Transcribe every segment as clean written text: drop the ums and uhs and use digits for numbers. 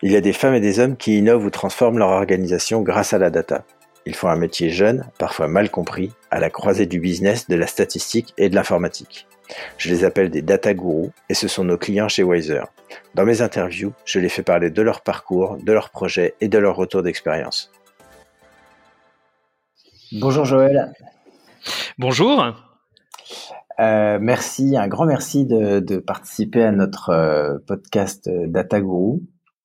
Il y a des femmes et des hommes qui innovent ou transforment leur organisation grâce à la data. Ils font un métier jeune, parfois mal compris, à la croisée du business, de la statistique et de l'informatique. Je les appelle des data gurus et ce sont nos clients chez Wiser. Dans mes interviews, je les fais parler de leur parcours, de leurs projets et de leur retour d'expérience. Bonjour Joël. Bonjour. Merci, un grand merci de participer à notre podcast Data Guru.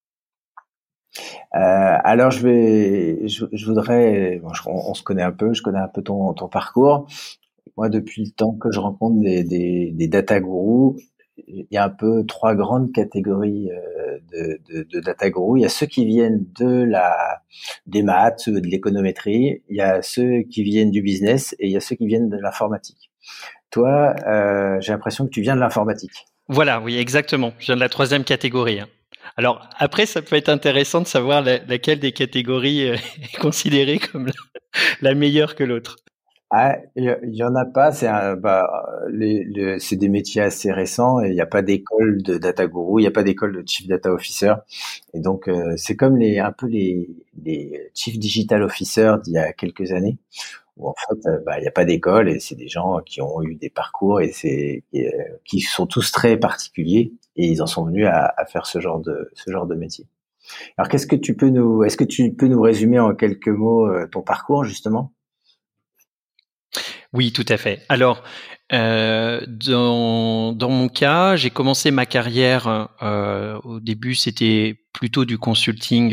Alors je voudrais, on se connaît un peu, je connais un peu ton parcours. Moi, depuis le temps que je rencontre des data gurus, il y a un peu trois grandes catégories de data gurus. Il y a ceux qui viennent des maths, de l'économétrie. Il y a ceux qui viennent du business et il y a ceux qui viennent de l'informatique. Toi, j'ai l'impression que tu viens de l'informatique. Voilà, oui, exactement. Je viens de la troisième catégorie. Alors, après, ça peut être intéressant de savoir laquelle des catégories est considérée comme la meilleure que l'autre. Ah, il y en a pas. C'est des métiers assez récents et il n'y a pas d'école de data guru, il n'y a pas d'école de chief data officer. Et donc, c'est comme un peu les chief digital officer d'il y a quelques années, où en fait, il n'y a pas d'école et c'est des gens qui ont eu des parcours qui sont tous très particuliers et ils en sont venus à faire ce genre de métier. Alors, est-ce que tu peux nous résumer en quelques mots ton parcours justement? Oui, tout à fait. Alors, dans mon cas, j'ai commencé ma carrière. Au début, c'était plutôt du consulting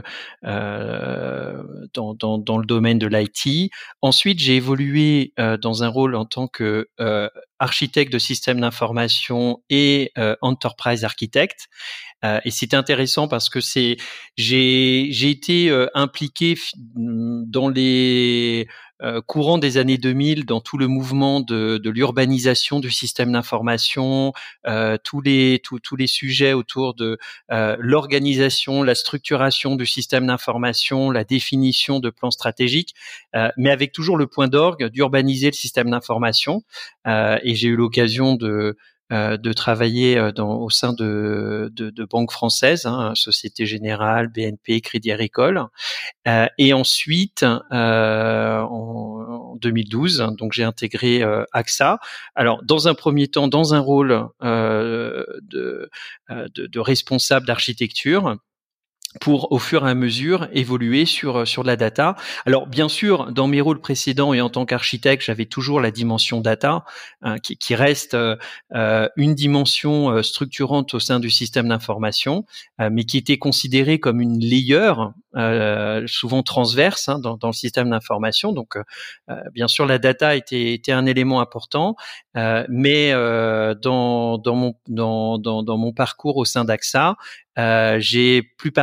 dans le domaine de l'IT. Ensuite, j'ai évolué dans un rôle en tant que architecte de systèmes d'information et enterprise architect. Et c'était intéressant parce que j'ai été impliqué dans les courant des années 2000 dans tout le mouvement de l'urbanisation du système d'information, tous les sujets autour de l'organisation, la structuration du système d'information, la définition de plans stratégiques, mais avec toujours le point d'orgue d'urbaniser le système d'information. Et j'ai eu l'occasion de travailler au sein de banques françaises, Société Générale, BNP, Crédit Agricole. Et ensuite, en 2012, donc j'ai intégré AXA. Alors, dans un premier temps, dans un rôle de responsable d'architecture, pour au fur et à mesure évoluer sur la data. Alors bien sûr, dans mes rôles précédents et en tant qu'architecte, j'avais toujours la dimension data qui reste une dimension structurante au sein du système d'information, mais qui était considérée comme une layer souvent transverse dans le système d'information. Donc bien sûr, la data était un élément important, mais dans mon parcours au sein d'AXA, je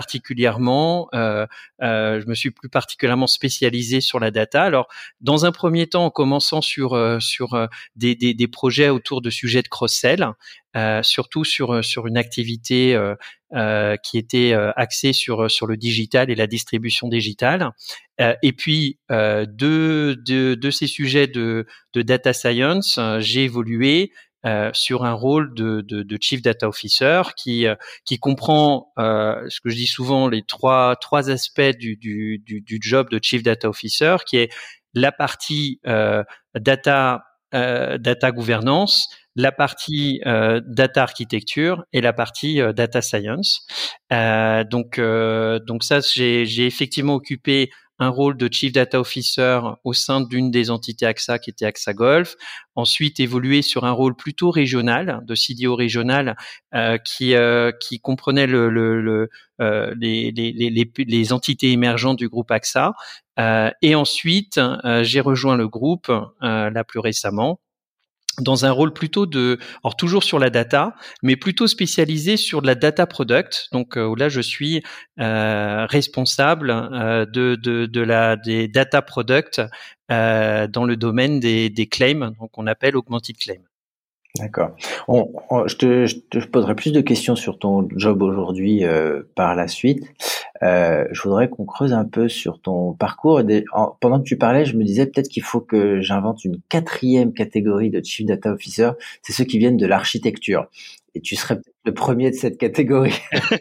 me suis plus particulièrement spécialisé sur la data. Alors, dans un premier temps, en commençant sur des projets autour de sujets de cross-sell, surtout sur une activité qui était axée sur le digital et la distribution digitale. Et puis de ces sujets de data science, j'ai évolué sur un rôle de chief data officer qui comprend ce que je dis souvent les trois aspects du job de chief data officer, qui est la partie data gouvernance, la partie data architecture et la partie data science. Donc ça, j'ai effectivement occupé un rôle de Chief Data Officer au sein d'une des entités AXA qui était AXA Golf. Ensuite, évolué sur un rôle plutôt régional, de CDO régional, qui comprenait les entités émergentes du groupe AXA. Et ensuite, j'ai rejoint le groupe là plus récemment, dans un rôle plutôt alors toujours sur la data, mais plutôt spécialisé sur de la data product. Donc là, je suis responsable des data product dans le domaine des claims, donc on appelle augmented claim. D'accord. Je te poserai plus de questions sur ton job aujourd'hui par la suite. Je voudrais qu'on creuse un peu sur ton parcours. Pendant que tu parlais, je me disais peut-être qu'il faut que j'invente une quatrième catégorie de Chief Data Officer. C'est ceux qui viennent de l'architecture. et tu serais peut-être le premier de cette catégorie.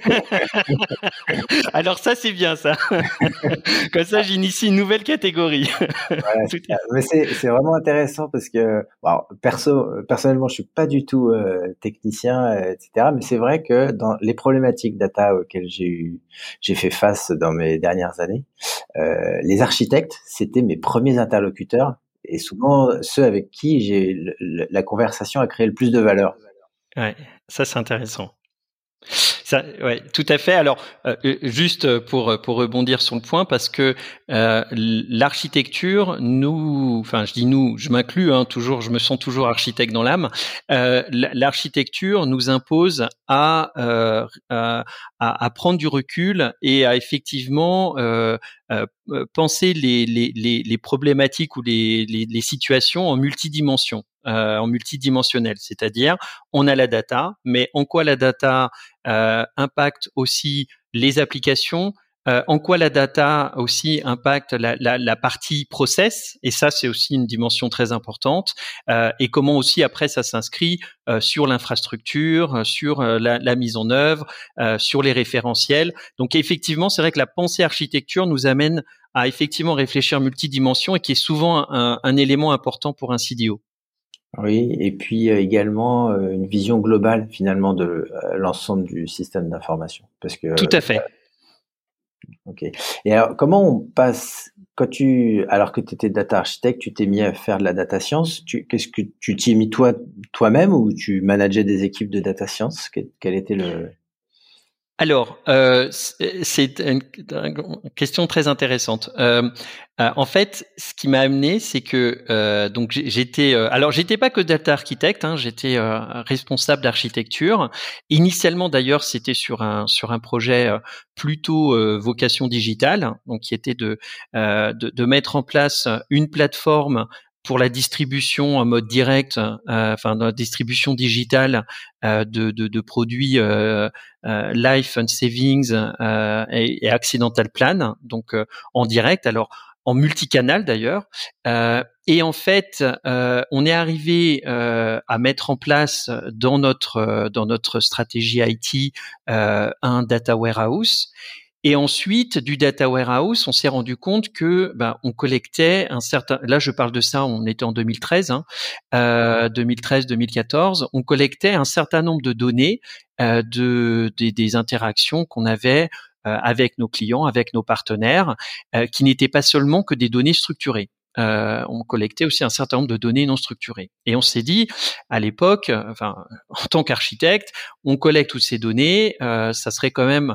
Alors ça, c'est bien ça. Comme ça, j'initie une nouvelle catégorie. Voilà, Tout c'est ça. à Mais c'est vraiment intéressant parce que bon, personnellement, je suis pas du tout technicien, etc. Mais c'est vrai que dans les problématiques data auxquelles j'ai fait face dans mes dernières années, les architectes, c'était mes premiers interlocuteurs et souvent ceux avec qui la conversation a créé le plus de valeur. Ouais, ça c'est intéressant. Ça, ouais, tout à fait. Alors, juste pour rebondir sur le point, parce que l'architecture, nous, enfin, je dis nous, je m'inclus, hein, toujours, je me sens toujours architecte dans l'âme. L'architecture nous impose à prendre du recul et à effectivement penser les problématiques ou les situations en multidimension. En multidimensionnel, c'est-à-dire on a la data, mais en quoi la data impacte aussi les applications, en quoi la data aussi impacte la partie process, et ça c'est aussi une dimension très importante, et comment aussi après ça s'inscrit sur l'infrastructure, sur la mise en œuvre, sur les référentiels. Donc effectivement, c'est vrai que la pensée architecture nous amène à effectivement réfléchir multidimension et qui est souvent un élément important pour un CDO. Oui, et puis également une vision globale finalement de l'ensemble du système d'information. Parce que, Tout à fait. ok. Et alors, comment on passe, alors que tu étais data architecte, tu t'es mis à faire de la data science, qu'est-ce que tu t'y es mis toi-même ou tu manageais des équipes de data science? Quel était le... Alors, c'est une question très intéressante. En fait, ce qui m'a amené, c'est que donc j'étais, alors j'étais pas que data architecte, hein, j'étais responsable d'architecture. Initialement, d'ailleurs, c'était sur un projet plutôt vocation digitale, donc qui était de mettre en place une plateforme pour la distribution en mode direct, enfin dans la distribution digitale de produits life and savings et accidental plan, donc en direct, alors en multicanal d'ailleurs. Et en fait, on est arrivé à mettre en place dans notre stratégie IT un data warehouse. Et ensuite, du data warehouse, on s'est rendu compte que on collectait un certain. Là, je parle de ça. On était en 2013, hein, 2013-2014. On collectait un certain nombre de données des interactions qu'on avait avec nos clients, avec nos partenaires, qui n'étaient pas seulement que des données structurées. On collectait aussi un certain nombre de données non structurées. Et on s'est dit, à l'époque, enfin, en tant qu'architecte, on collecte toutes ces données, ça serait quand même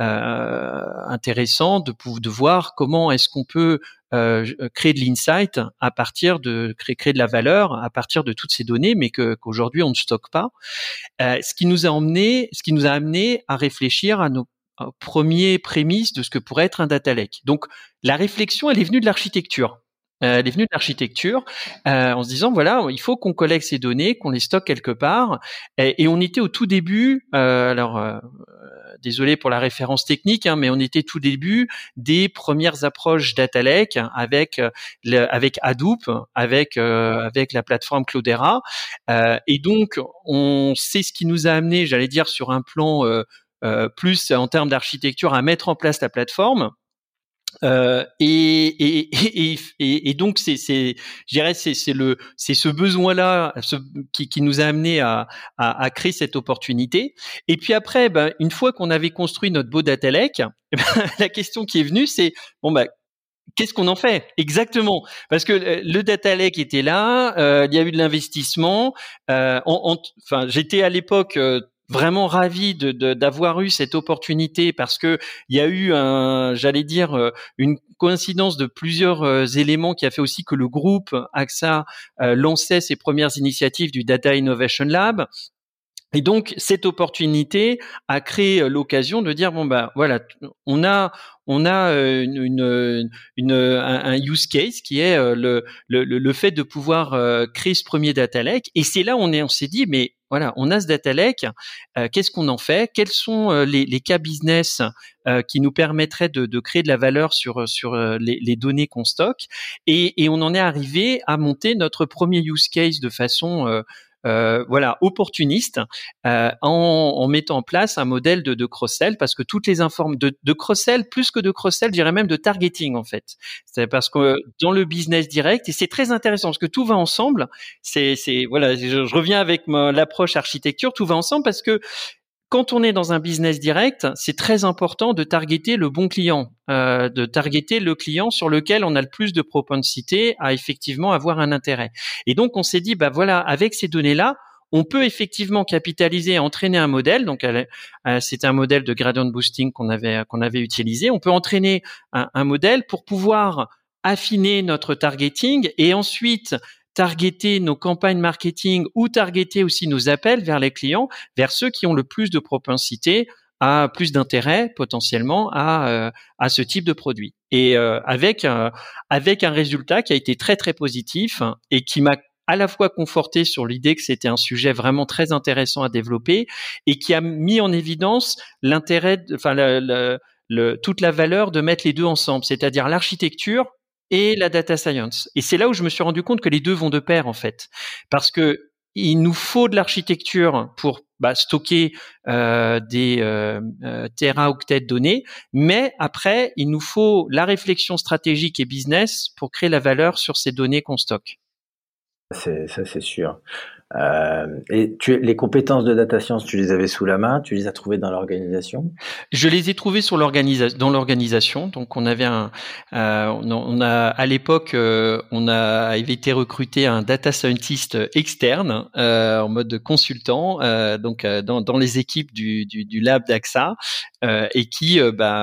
intéressant de voir comment est-ce qu'on peut créer de l'insight à partir de créer de la valeur à partir de toutes ces données, mais qu'aujourd'hui on ne stocke pas. Ce qui nous a amené à réfléchir à nos premiers prémices de ce que pourrait être un data lake. Donc la réflexion, elle est venue de l'architecture. Elle est venue de l'architecture en se disant voilà, il faut qu'on collecte ces données, qu'on les stocke quelque part. Et on était au tout début. Désolé pour la référence technique, hein, mais on était tout début des premières approches data lake avec Hadoop, avec la plateforme Cloudera. Et donc c'est ce qui nous a amené, j'allais dire, sur un plan plus en termes d'architecture, à mettre en place la plateforme. Et donc je dirais c'est ce besoin-là qui nous a amené à créer cette opportunité. Et puis après, une fois qu'on avait construit notre beau data lake, la question qui est venue, c'est qu'est-ce qu'on en fait exactement? Parce que le data lake était là, il y a eu de l'investissement. Enfin, j'étais à l'époque vraiment ravi d'avoir eu cette opportunité parce que il y a eu j'allais dire une coïncidence de plusieurs éléments qui a fait aussi que le groupe AXA lançait ses premières initiatives du Data Innovation Lab. Et donc cette opportunité a créé l'occasion de dire voilà, on a un use case qui est le fait de pouvoir créer ce premier data lake. Et c'est là on s'est dit mais voilà, on a ce data lake, qu'est-ce qu'on en fait? Quels sont les cas business qui nous permettraient de créer de la valeur sur les données qu'on stocke? Et on en est arrivé à monter notre premier use case de façon voilà, opportuniste, en mettant en place un modèle de cross-sell, parce que toutes les de cross-sell, plus que de cross-sell, je dirais même de targeting en fait. C'est parce que dans le business direct, et c'est très intéressant parce que tout va ensemble. C'est voilà, je reviens avec l'approche architecture, tout va ensemble parce que quand on est dans un business direct, c'est très important de targeter le bon client, de targeter le client sur lequel on a le plus de propensité à effectivement avoir un intérêt. Et donc, on s'est dit, bah voilà, avec ces données-là, on peut effectivement capitaliser, entraîner un modèle. Donc, c'était un modèle de gradient boosting qu'on avait utilisé. On peut entraîner un modèle pour pouvoir affiner notre targeting et ensuite targeter nos campagnes marketing ou targeter aussi nos appels vers les clients, vers ceux qui ont le plus de propensité à plus d'intérêt potentiellement à ce type de produit. Et avec un résultat qui a été très très positif et qui m'a à la fois conforté sur l'idée que c'était un sujet vraiment très intéressant à développer et qui a mis en évidence l'intérêt, enfin toute la valeur de mettre les deux ensemble, c'est-à-dire l'architecture et la data science. Et c'est là où je me suis rendu compte que les deux vont de pair en fait, parce que il nous faut de l'architecture pour stocker des téraoctets de données, mais après il nous faut la réflexion stratégique et business pour créer la valeur sur ces données qu'on stocke. Ça, c'est sûr. Et les compétences de data science, tu les avais sous la main, tu les as trouvées dans l'organisation? Je les ai trouvées dans l'organisation. Donc, on avait on a à l'époque, on avait été recruté un data scientist externe en mode consultant, dans les équipes du lab d'AXA, et qui,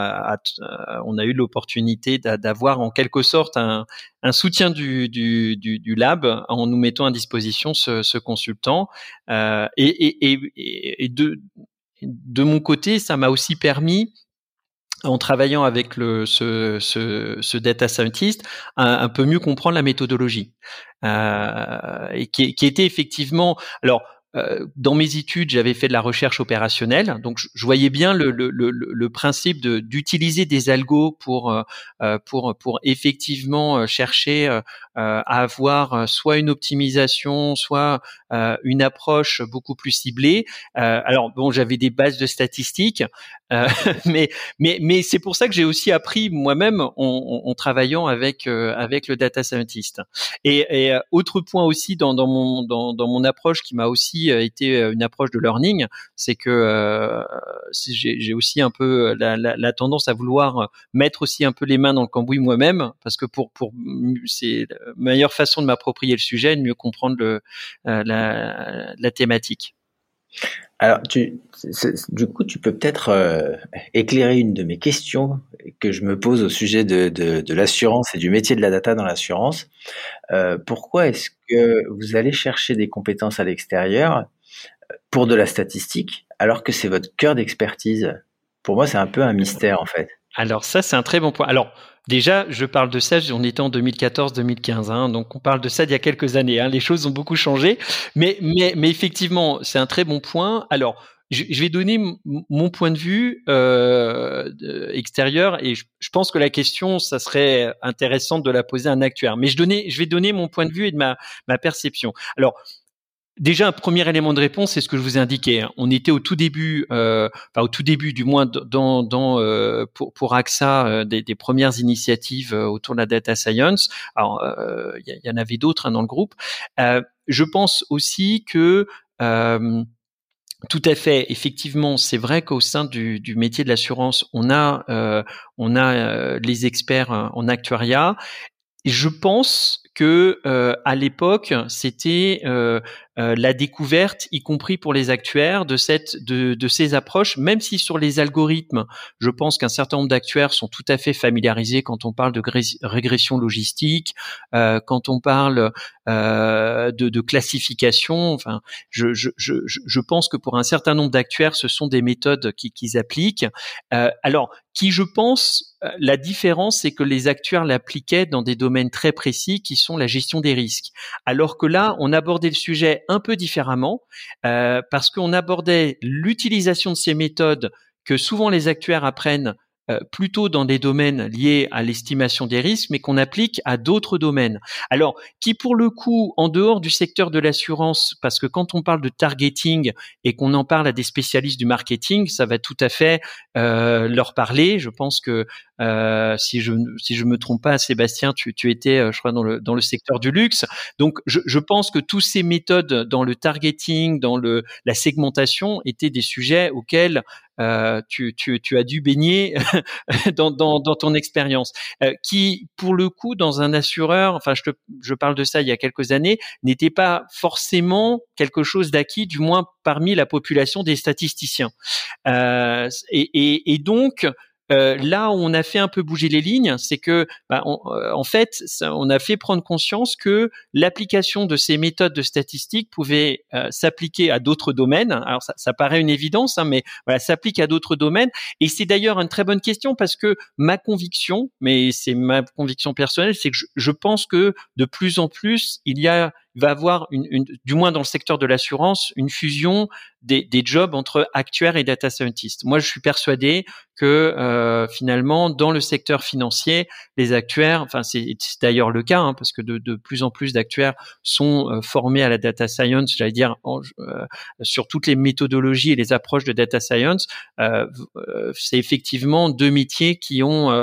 on a eu l'opportunité d'avoir en quelque sorte un soutien du lab en nous mettant à disposition ce consultant, et de mon côté, ça m'a aussi permis, en travaillant avec ce data scientist, un peu mieux comprendre la méthodologie, et qui était effectivement, alors dans mes études, j'avais fait de la recherche opérationnelle, donc je voyais bien le principe d'utiliser des algos pour effectivement chercher à avoir soit une optimisation, soit une approche beaucoup plus ciblée. Alors bon, j'avais des bases de statistiques, mais c'est pour ça que j'ai aussi appris moi-même en travaillant avec le data scientist. Et autre point aussi dans mon approche qui m'a aussi été une approche de learning, c'est que j'ai aussi un peu la tendance à vouloir mettre aussi un peu les mains dans le cambouis moi-même, parce que c'est la meilleure façon de m'approprier le sujet et de mieux comprendre la thématique. Alors, du coup, tu peux peut-être éclairer une de mes questions que je me pose au sujet de l'assurance et du métier de la data dans l'assurance. Pourquoi est-ce que vous allez chercher des compétences à l'extérieur pour de la statistique, alors que c'est votre cœur d'expertise? Pour moi, c'est un peu un mystère, en fait. Alors ça, c'est un très bon point. Alors déjà, je parle de ça, on était en 2014-2015, donc on parle de ça d'il y a quelques années. Les choses ont beaucoup changé, mais effectivement, c'est un très bon point. Alors, je vais donner mon point de vue extérieur, et je pense que la question, ça serait intéressant de la poser à un actuaire. Mais je vais donner mon point de vue et de ma perception. Alors, déjà, un premier élément de réponse, c'est ce que je vous ai indiqué. On était au tout début, au tout début, du moins pour AXA, des premières initiatives autour de la data science. Alors, il y en avait d'autres dans le groupe. Je pense aussi que tout à fait, effectivement, c'est vrai qu'au sein du métier de l'assurance, on a les experts en actuariat. Je pense que à l'époque, c'était la découverte, y compris pour les actuaires, de ces approches, même si sur les algorithmes, je pense qu'un certain nombre d'actuaires sont tout à fait familiarisés quand on parle de régression logistique, quand on parle de classification. Enfin, je pense que pour un certain nombre d'actuaires, ce sont des méthodes qu'ils appliquent. Alors, qui, je pense, la différence, c'est que les actuaires l'appliquaient dans des domaines très précis qui sont la gestion des risques. Alors que là, on abordait le sujet un peu différemment, parce qu'on abordait l'utilisation de ces méthodes que souvent les actuaires apprennent plutôt dans des domaines liés à l'estimation des risques, mais qu'on applique à d'autres domaines. Alors, qui pour le coup, en dehors du secteur de l'assurance, parce que quand on parle de targeting et qu'on en parle à des spécialistes du marketing, ça va tout à fait leur parler. Je pense que si je me trompe pas, Sébastien, tu étais, je crois, dans le secteur du luxe. Donc, je pense que tous ces méthodes dans le targeting, dans la segmentation, étaient des sujets auxquels tu as dû baigner dans ton expérience, qui pour le coup dans un assureur, enfin je parle de ça il y a quelques années, n'était pas forcément quelque chose d'acquis, du moins parmi la population des statisticiens. Et donc là où on a fait un peu bouger les lignes, c'est que en fait, on a fait prendre conscience que l'application de ces méthodes de statistiques pouvait s'appliquer à d'autres domaines. Alors ça paraît une évidence, hein, mais voilà, s'applique à d'autres domaines. Et c'est d'ailleurs une très bonne question parce que ma conviction, mais c'est ma conviction personnelle, c'est que je pense que de plus en plus, va avoir du moins dans le secteur de l'assurance, une fusion des jobs entre actuaires et data scientists. Moi, je suis persuadé que finalement, dans le secteur financier, les actuaires, enfin c'est d'ailleurs le cas, hein, parce que de plus en plus d'actuaires sont formés à la data science, j'allais dire sur toutes les méthodologies et les approches de data science. C'est effectivement deux métiers qui ont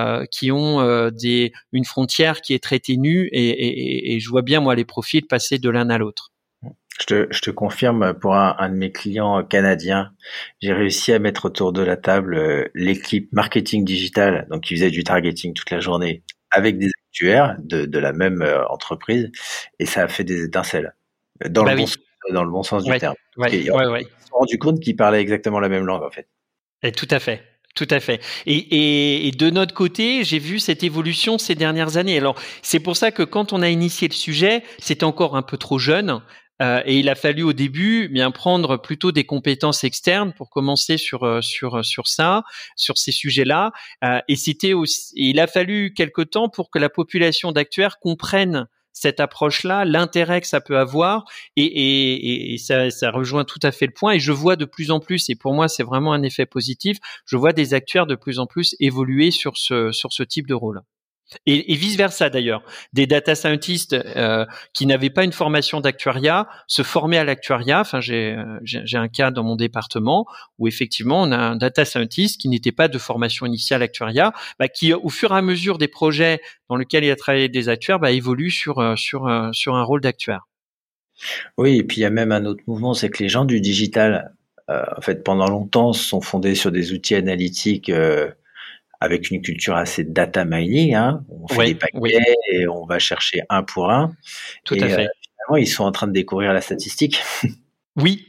une frontière qui est très ténue et je vois bien moi les profils passer de l'un à l'autre. Je te confirme, pour un de mes clients canadiens, j'ai réussi à mettre autour de la table l'équipe marketing digital, donc qui faisait du targeting toute la journée, avec des actuaires de la même entreprise, et ça a fait des étincelles, dans le dans le bon sens du terme. Ouais. Ils se sont rendus compte qu'ils parlaient exactement la même langue en fait. Et tout à fait. Tout à fait. Et de notre côté, j'ai vu cette évolution ces dernières années. Alors, c'est pour ça que quand on a initié le sujet, c'était encore un peu trop jeune. Et il a fallu au début bien prendre plutôt des compétences externes pour commencer sur ça, sur ces sujets-là. Et c'était aussi, il a fallu quelque temps pour que la population d'actuaires comprenne cette approche-là, l'intérêt que ça peut avoir, et ça rejoint tout à fait le point. Et je vois de plus en plus, et pour moi c'est vraiment un effet positif, je vois des actuaires de plus en plus évoluer sur ce type de rôle. Et vice versa d'ailleurs, des data scientists qui n'avaient pas une formation d'actuariat se former à l'actuariat. Enfin, j'ai un cas dans mon département où effectivement on a un data scientist qui n'était pas de formation initiale actuariat, qui au fur et à mesure des projets dans lesquels il a travaillé des actuaires, évolue sur un rôle d'actuaire. Oui, et puis il y a même un autre mouvement, c'est que les gens du digital, en fait, pendant longtemps, se sont fondés sur des outils analytiques avec une culture assez data mining, hein. On fait des paquets et on va chercher un pour un. Tout à fait. Finalement, ils sont en train de découvrir la statistique. Oui,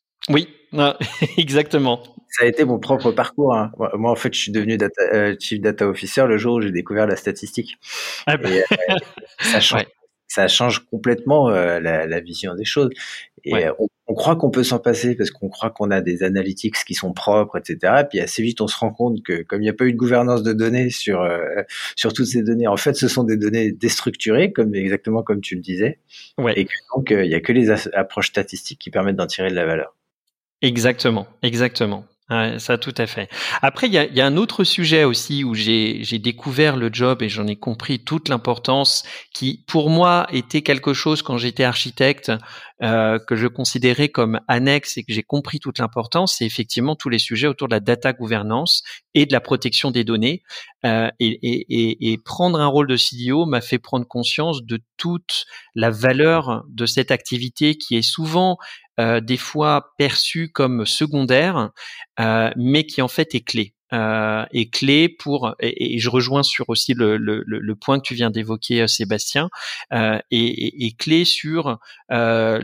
exactement. Ça a été mon propre parcours, hein. Moi, en fait, je suis devenu Chief Data Officer le jour où j'ai découvert la statistique. Et ça change complètement la vision des choses. Et on croit qu'on peut s'en passer parce qu'on croit qu'on a des analytics qui sont propres, etc. Et puis assez vite, on se rend compte que comme il n'y a pas eu de gouvernance de données sur toutes ces données, en fait, ce sont des données déstructurées, exactement comme tu le disais. Et que donc, il n'y a que les approches statistiques qui permettent d'en tirer de la valeur. Exactement. Ouais, ça, tout à fait. Après, il y a un autre sujet aussi où j'ai découvert le job et j'en ai compris toute l'importance, qui pour moi était quelque chose quand j'étais architecte que je considérais comme annexe et que j'ai compris toute l'importance. C'est effectivement tous les sujets autour de la data gouvernance et de la protection des données. Et prendre un rôle de CDO m'a fait prendre conscience de toute la valeur de cette activité qui est souvent des fois perçue comme secondaire, mais qui en fait est clé. Est clé pour, et je rejoins sur aussi le point que tu viens d'évoquer, Sébastien, est clé sur la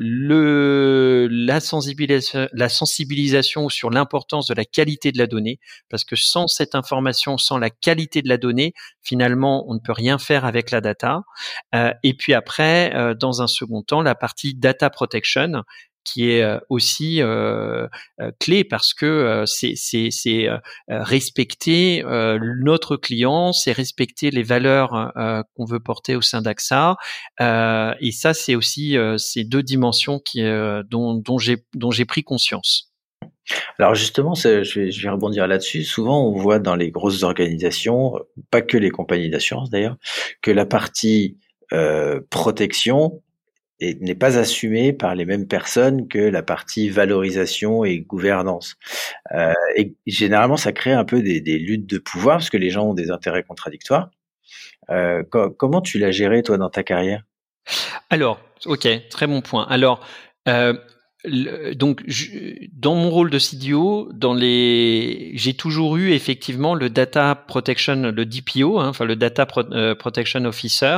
sensibilisation sur l'importance de la qualité de la donnée, parce que sans cette information, sans la qualité de la donnée, finalement, on ne peut rien faire avec la data. Et puis après, dans un second temps, la partie data protection, qui est aussi clé parce que c'est respecter notre client, c'est respecter les valeurs qu'on veut porter au sein d'AXA, et ça c'est aussi ces deux dimensions dont j'ai pris conscience. Alors justement, je vais rebondir là-dessus. Souvent, on voit dans les grosses organisations, pas que les compagnies d'assurance d'ailleurs, que la partie protection n'est pas assumée par les mêmes personnes que la partie valorisation et gouvernance. Et généralement, ça crée un peu des luttes de pouvoir parce que les gens ont des intérêts contradictoires. Comment tu l'as géré toi dans ta carrière? Alors, ok, très bon point. Alors, euh, donc, dans mon rôle de CDO, j'ai toujours eu effectivement le data protection, le DPO, hein, enfin le data protection officer,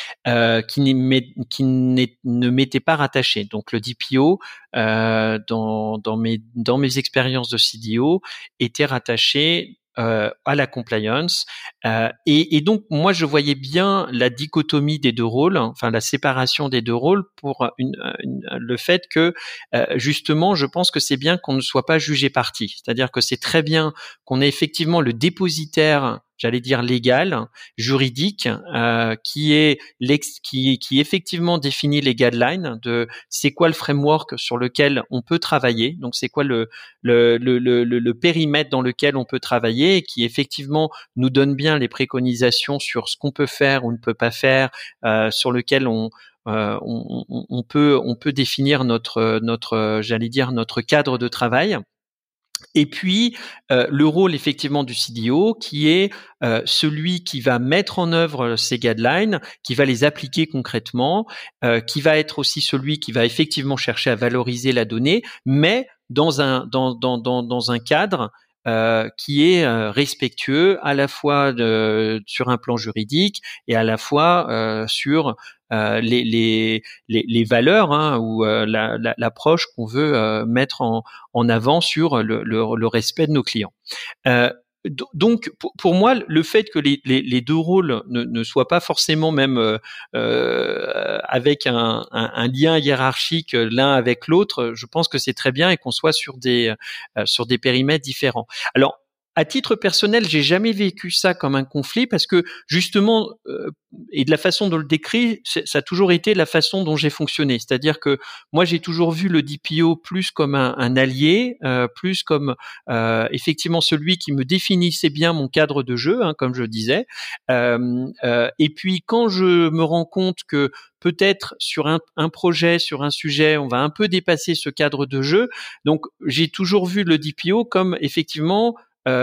ne m'était pas rattaché. Donc, le DPO dans mes expériences de CDO était rattaché à la compliance. Et donc, moi, je voyais bien la dichotomie des deux rôles, hein, enfin la séparation des deux rôles pour le fait que, justement, je pense que c'est bien qu'on ne soit pas jugé partie. C'est-à-dire que c'est très bien qu'on ait effectivement le dépositaire, j'allais dire légal, juridique, qui effectivement définit les guidelines de c'est quoi le framework sur lequel on peut travailler. Donc, c'est quoi le périmètre dans lequel on peut travailler et qui effectivement nous donne bien les préconisations sur ce qu'on peut faire ou ne peut pas faire, sur lequel on peut définir j'allais dire notre cadre de travail. Et puis le rôle effectivement du CDO qui est celui qui va mettre en œuvre ces guidelines, qui va les appliquer concrètement, qui va être aussi celui qui va effectivement chercher à valoriser la donnée, mais dans un cadre qui est respectueux à la fois sur un plan juridique et à la fois sur les valeurs, hein, ou l'approche qu'on veut mettre en avant sur le respect de nos clients. Donc, pour moi, le fait que les deux rôles ne soient pas forcément même avec un lien hiérarchique l'un avec l'autre, je pense que c'est très bien et qu'on soit sur des périmètres différents. Alors, à titre personnel, j'ai jamais vécu ça comme un conflit parce que justement, et de la façon dont le décrit, ça a toujours été la façon dont j'ai fonctionné. C'est-à-dire que moi, j'ai toujours vu le DPO plus comme un allié, plus comme effectivement celui qui me définissait bien mon cadre de jeu, hein, comme je disais. Et puis quand je me rends compte que peut-être sur un projet, sur un sujet, on va un peu dépasser ce cadre de jeu, donc j'ai toujours vu le DPO comme effectivement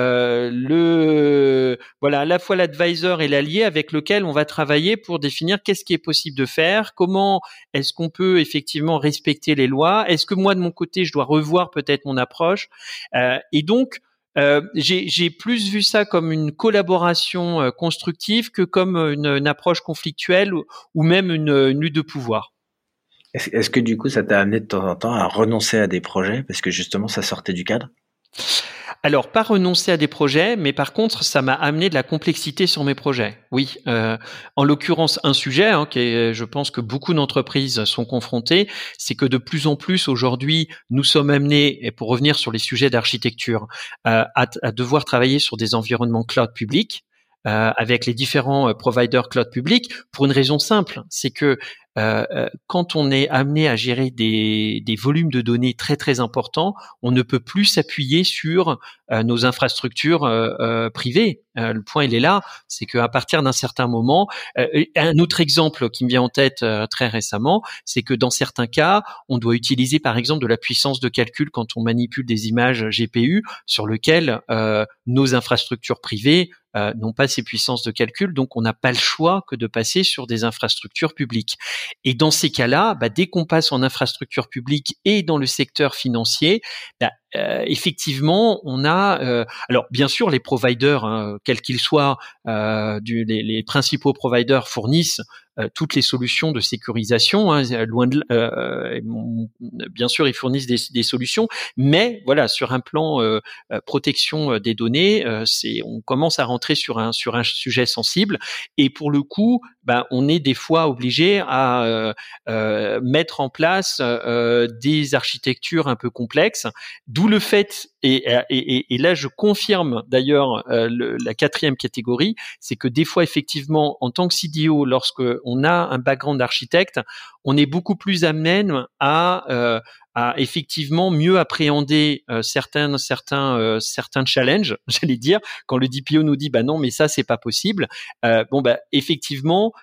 voilà, à la fois l'advisor et l'allié avec lequel on va travailler pour définir qu'est-ce qui est possible de faire, comment est-ce qu'on peut effectivement respecter les lois, est-ce que moi de mon côté je dois revoir peut-être mon approche, et donc j'ai plus vu ça comme une collaboration constructive que comme une approche conflictuelle ou même une lutte de pouvoir. Est-ce que du coup, ça t'a amené de temps en temps à renoncer à des projets parce que justement, ça sortait du cadre? Alors, pas renoncer à des projets, mais par contre, ça m'a amené de la complexité sur mes projets. Oui, en l'occurrence, un sujet je pense que beaucoup d'entreprises sont confrontées, c'est que de plus en plus aujourd'hui, nous sommes amenés, et pour revenir sur les sujets d'architecture, à devoir travailler sur des environnements cloud publics. Avec les différents providers cloud publics, pour une raison simple, c'est que quand on est amené à gérer des volumes de données très très importants, on ne peut plus s'appuyer sur nos infrastructures privées. Le point il est là, c'est qu'à partir d'un certain moment, un autre exemple qui me vient en tête très récemment, c'est que dans certains cas, on doit utiliser par exemple de la puissance de calcul quand on manipule des images GPU sur lequel nos infrastructures privées n'ont pas ces puissances de calcul, donc on n'a pas le choix que de passer sur des infrastructures publiques. Et dans ces cas-là, dès qu'on passe en infrastructure publique et dans le secteur financier, effectivement, on a alors bien sûr les providers, hein, quels qu'ils soient, les principaux providers fournissent toutes les solutions de sécurisation. Hein, bien sûr, ils fournissent des solutions, mais voilà, sur un plan protection des données, on commence à rentrer sur un sujet sensible. Et pour le coup, on est des fois obligé à mettre en place des architectures un peu complexes, d'où le fait Et là, je confirme d'ailleurs la quatrième catégorie, c'est que des fois, effectivement, en tant que CDO, lorsque on a un background d'architecte, on est beaucoup plus amène à effectivement mieux appréhender certains challenges, j'allais dire, quand le DPO nous dit bah non, mais ça c'est pas possible. Effectivement.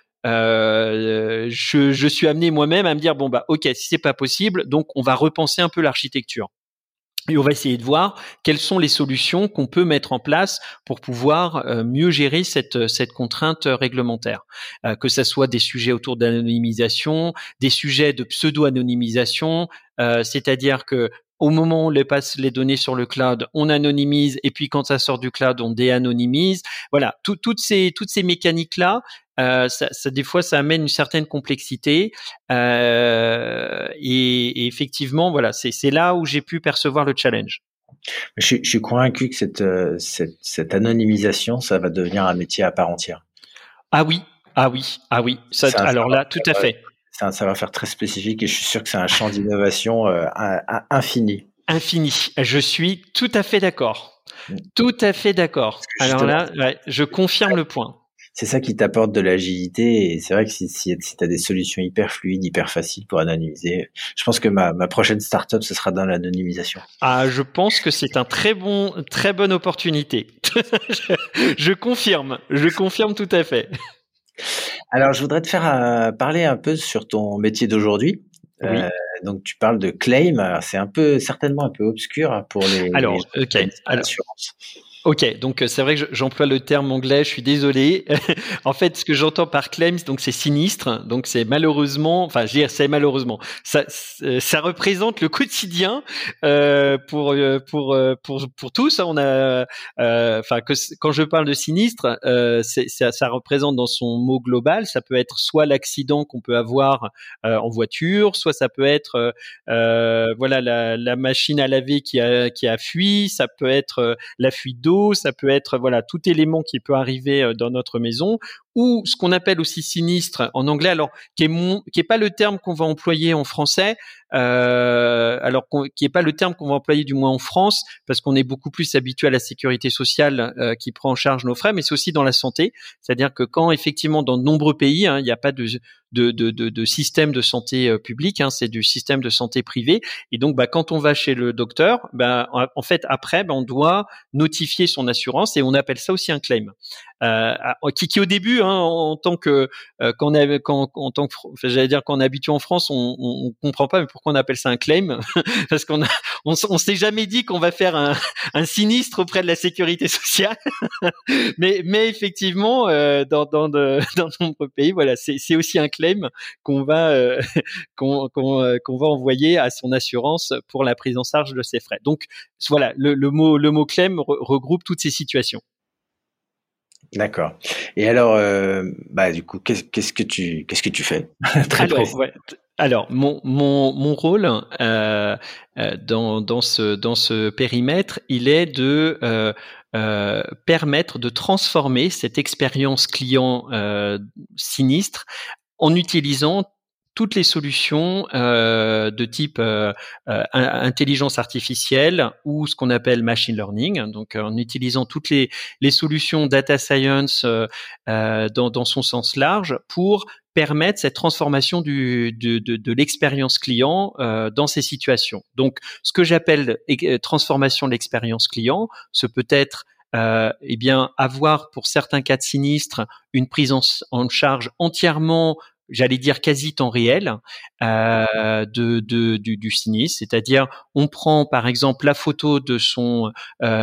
Je suis amené moi-même à me dire bon bah ok, si c'est pas possible, donc on va repenser un peu l'architecture. Et on va essayer de voir quelles sont les solutions qu'on peut mettre en place pour pouvoir mieux gérer cette contrainte réglementaire. Que ça soit des sujets autour d'anonymisation, des sujets de pseudo-anonymisation, c'est-à-dire que au moment où on les passe les données sur le cloud, on anonymise et puis quand ça sort du cloud, on déanonymise. Voilà, toutes ces mécaniques-là, ça des fois ça amène une certaine complexité et effectivement voilà c'est là où j'ai pu percevoir le challenge. Je suis convaincu que cette anonymisation, ça va devenir un métier à part entière. Ah oui, ah oui, ah oui. Ça, alors là, tout à fait. C'est un savoir-faire très spécifique et je suis sûr que c'est un champ d'innovation infini. Infini. Je suis tout à fait d'accord. Tout à fait d'accord. Alors là, je confirme le point. C'est ça qui t'apporte de l'agilité et c'est vrai que si tu as des solutions hyper fluides, hyper faciles pour anonymiser, je pense que ma prochaine startup, ce sera dans l'anonymisation. Ah, je pense que c'est très bonne opportunité. Je confirme tout à fait. Alors, je voudrais te faire parler un peu sur ton métier d'aujourd'hui. Oui. Donc, tu parles de claim. Alors, c'est certainement un peu obscur pour les assurances. Ok, donc c'est vrai que j'emploie le terme anglais, je suis désolé. En fait, ce que j'entends par claims, donc c'est sinistre, donc c'est malheureusement, enfin, je veux dire, c'est malheureusement, ça représente le quotidien pour tous. On a, quand je parle de sinistre, ça représente dans son mot global, ça peut être soit l'accident qu'on peut avoir en voiture, soit ça peut être voilà la machine à laver qui a fui, ça peut être la fuite d'eau, ça peut être voilà tout élément qui peut arriver dans notre maison, ou ce qu'on appelle aussi sinistre en anglais, alors qui est pas le terme qu'on va employer en français, qui est pas le terme qu'on va employer du moins en France, parce qu'on est beaucoup plus habitué à la sécurité sociale qui prend en charge nos frais, mais c'est aussi dans la santé, c'est-à-dire que quand effectivement dans de nombreux pays, il n'y a pas de système de santé public, c'est du système de santé privé, et donc quand on va chez le docteur, en fait après on doit notifier son assurance et on appelle ça aussi un claim. Qui au début, en tant que j'allais dire qu'on est habitué en France, on comprend pas mais pourquoi on appelle ça un claim parce on s'est jamais dit qu'on va faire un sinistre auprès de la sécurité sociale. mais effectivement, dans de nombreux pays, voilà, c'est aussi un claim qu'on va qu'on va envoyer à son assurance pour la prise en charge de ses frais. Donc voilà, le mot claim regroupe toutes ces situations. D'accord. Et alors, du coup, qu'est-ce que tu fais? Très précis. Alors, mon rôle dans ce périmètre, il est de permettre de transformer cette expérience client sinistre en utilisant toutes les solutions de type intelligence artificielle ou ce qu'on appelle machine learning, donc en utilisant toutes les solutions data science dans son sens large pour permettre cette transformation de l'expérience client dans ces situations. Donc, ce que j'appelle transformation de l'expérience client, ce peut être avoir pour certains cas de sinistre une prise en charge entièrement, j'allais dire quasi temps réel du sinistre, c'est-à-dire on prend par exemple la photo de son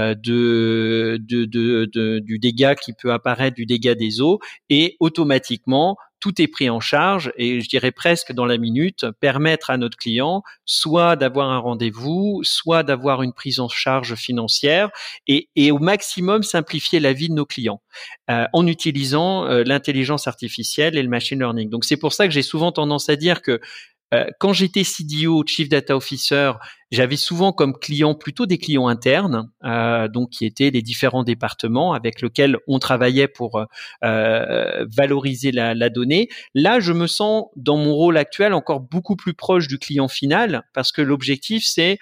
du dégât qui peut apparaître, du dégât des eaux, et automatiquement tout est pris en charge, et je dirais presque dans la minute, permettre à notre client soit d'avoir un rendez-vous, soit d'avoir une prise en charge financière, et au maximum simplifier la vie de nos clients en utilisant l'intelligence artificielle et le machine learning. Donc c'est pour ça que j'ai souvent tendance à dire que quand j'étais CDO, Chief Data Officer, j'avais souvent comme clients plutôt des clients internes, donc qui étaient les différents départements avec lesquels on travaillait pour valoriser la donnée. Là, je me sens dans mon rôle actuel encore beaucoup plus proche du client final, parce que l'objectif, c'est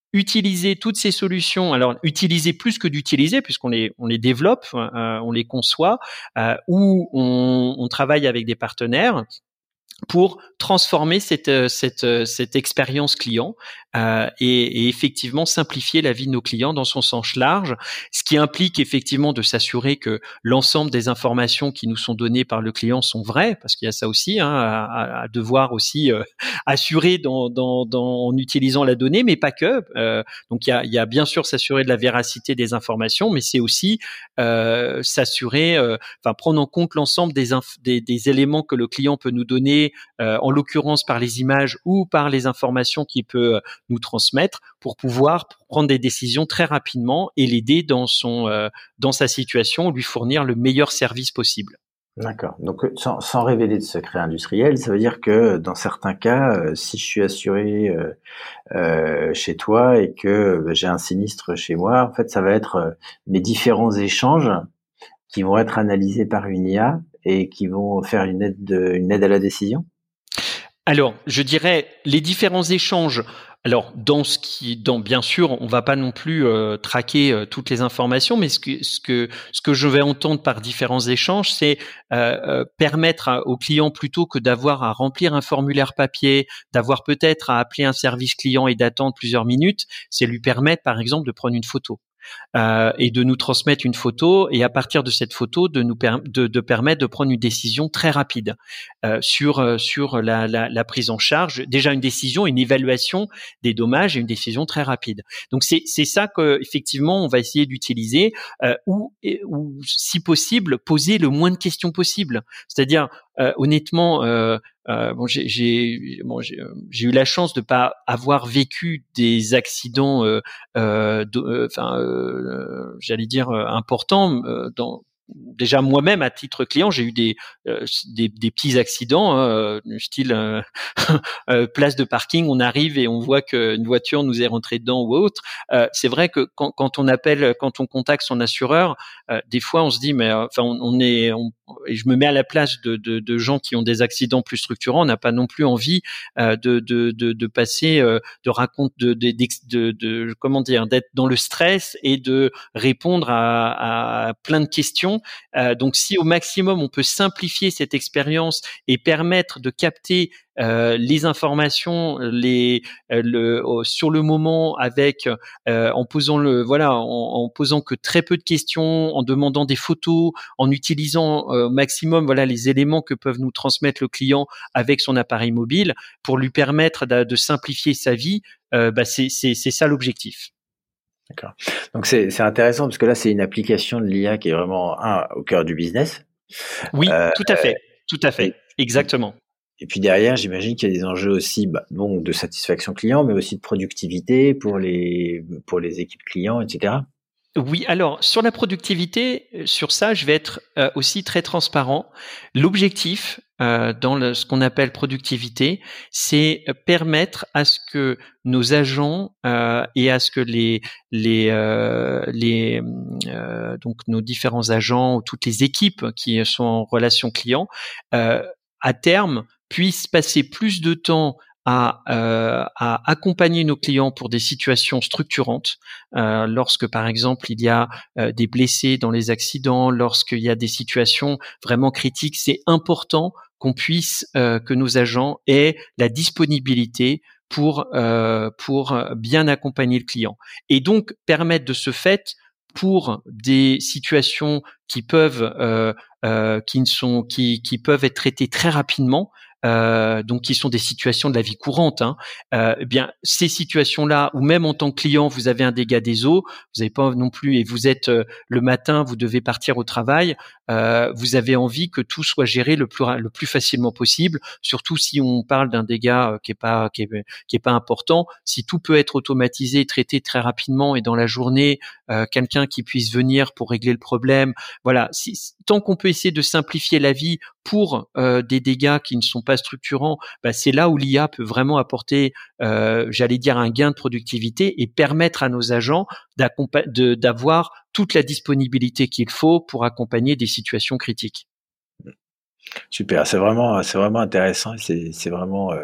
utiliser toutes ces solutions. Alors, utiliser plus que d'utiliser, puisqu'on les développe, on les conçoit, ou on travaille avec des partenaires pour transformer cette expérience client et effectivement simplifier la vie de nos clients dans son sens large, ce qui implique effectivement de s'assurer que l'ensemble des informations qui nous sont données par le client sont vraies, parce qu'il y a ça aussi à devoir aussi assurer en utilisant la donnée, mais pas que. Donc il y a bien sûr s'assurer de la véracité des informations, mais c'est aussi s'assurer, prendre en compte l'ensemble des éléments que le client peut nous donner, en l'occurrence par les images ou par les informations qu'il peut nous transmettre, pour pouvoir prendre des décisions très rapidement et l'aider dans sa situation, lui fournir le meilleur service possible. D'accord. Donc, sans révéler de secret industriel, ça veut dire que dans certains cas, si je suis assuré chez toi et que j'ai un sinistre chez moi, en fait, ça va être mes différents échanges qui vont être analysés par une IA et qui vont faire une aide à la décision? Alors, je dirais les différents échanges. Alors, bien sûr, on va pas non plus traquer toutes les informations, mais ce que je vais entendre par différents échanges, c'est permettre au client, plutôt que d'avoir à remplir un formulaire papier, d'avoir peut-être à appeler un service client et d'attendre plusieurs minutes, c'est lui permettre, par exemple, de prendre une photo. Et de nous transmettre une photo, et à partir de cette photo de permettre de prendre une décision très rapide sur la prise en charge, déjà une décision, une évaluation des dommages et une décision très rapide. Donc c'est ça que effectivement on va essayer d'utiliser, ou si possible poser le moins de questions possible. C'est-à-dire honnêtement, j'ai eu la chance de pas avoir vécu des accidents j'allais dire importants déjà moi-même à titre client. J'ai eu des petits accidents, style place de parking, on arrive et on voit qu'une voiture nous est rentrée dedans ou autre. C'est vrai que quand on contacte son assureur, des fois on se dit mais et je me mets à la place de gens qui ont des accidents plus structurants. On n'a pas non plus envie de passer, comment dire, d'être dans le stress et de répondre à plein de questions. Donc, si au maximum on peut simplifier cette expérience et permettre de capter les informations, sur le moment, avec en posant que très peu de questions, en demandant des photos, en utilisant au maximum les éléments que peuvent nous transmettre le client avec son appareil mobile, pour lui permettre de simplifier sa vie, c'est ça l'objectif. D'accord. Donc c'est intéressant parce que là, c'est une application de l'IA qui est vraiment au cœur du business. Oui, Euh, tout à fait, exactement. Et puis derrière, j'imagine qu'il y a des enjeux aussi, de satisfaction client, mais aussi de productivité pour les équipes clients, etc. Oui, alors sur la productivité, sur ça, je vais être aussi très transparent. L'objectif dans ce qu'on appelle productivité, c'est permettre à ce que nos agents et à ce que donc nos différents agents ou toutes les équipes qui sont en relation client, à terme, puissent passer plus de temps à accompagner nos clients pour des situations structurantes, lorsque par exemple il y a des blessés dans les accidents, lorsqu'il y a des situations vraiment critiques. C'est important qu'on puisse que nos agents aient la disponibilité pour bien accompagner le client, et donc permettre de ce fait, pour des situations qui peuvent qui peuvent être traitées très rapidement, donc qui sont des situations de la vie courante, eh bien ces situations-là, ou même en tant que client, vous avez un dégât des eaux, vous n'avez pas non plus, et vous êtes le matin, vous devez partir au travail, vous avez envie que tout soit géré le plus facilement possible, surtout si on parle d'un dégât qui est pas important. Si tout peut être automatisé, traité très rapidement, et dans la journée, quelqu'un qui puisse venir pour régler le problème. Voilà, tant qu'on peut essayer de simplifier la vie pour des dégâts qui ne sont pas structurants, c'est là où l'IA peut vraiment apporter, j'allais dire, un gain de productivité, et permettre à nos agents d'avoir toute la disponibilité qu'il faut pour accompagner des situations critiques. Super, c'est vraiment intéressant. C'est vraiment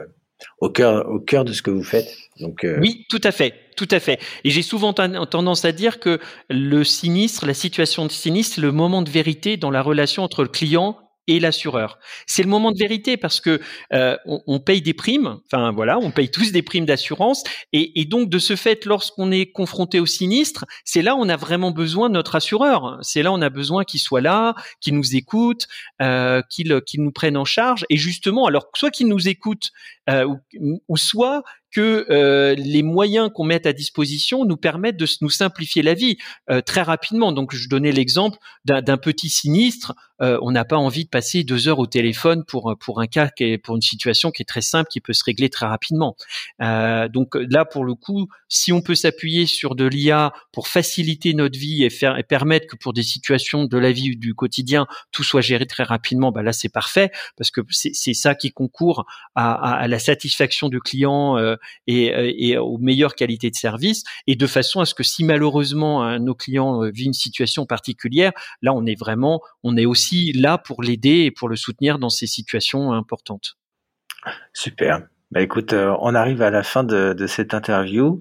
au cœur de ce que vous faites. Donc, Oui, tout à fait, tout à fait. Et j'ai souvent tendance à dire que le sinistre, la situation de sinistre, c'est le moment de vérité dans la relation entre le client et l'assureur. C'est le moment de vérité parce que on paye des primes, enfin voilà, on paye tous des primes d'assurance, et donc de ce fait, lorsqu'on est confronté au sinistre, c'est là où on a vraiment besoin de notre assureur. C'est là où on a besoin qu'il soit là, qu'il nous écoute, qu'il nous prenne en charge. Et justement, alors soit qu'il nous écoute, ou soit que les moyens qu'on met à disposition nous permettent de nous simplifier la vie très rapidement. Donc, je donnais l'exemple d'un petit sinistre. On n'a pas envie de passer 2 heures au téléphone pour un cas pour une situation qui est très simple, qui peut se régler très rapidement. Donc là, pour le coup, si on peut s'appuyer sur de l'IA pour faciliter notre vie et permettre que pour des situations de la vie du quotidien, tout soit géré très rapidement, bah là, c'est parfait parce que c'est ça qui concourt à la satisfaction du client et aux meilleures qualités de service, et de façon à ce que si malheureusement nos clients vivent une situation particulière, là on est aussi là pour l'aider et pour le soutenir dans ces situations importantes. super. Bah écoute, on arrive à la fin de cette interview.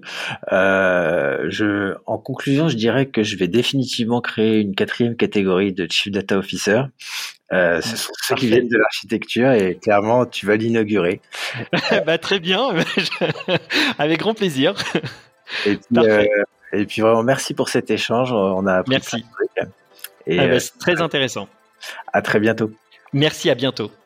En conclusion, je dirais que je vais définitivement créer une 4e catégorie de Chief Data Officer. Ce sont ceux qui viennent de l'architecture, et clairement, tu vas l'inaugurer. Bah, très bien, avec grand plaisir. Et puis vraiment, merci pour cet échange. On a appris plein Merci. de trucs. Et C'est très intéressant. à très bientôt. Merci, à bientôt.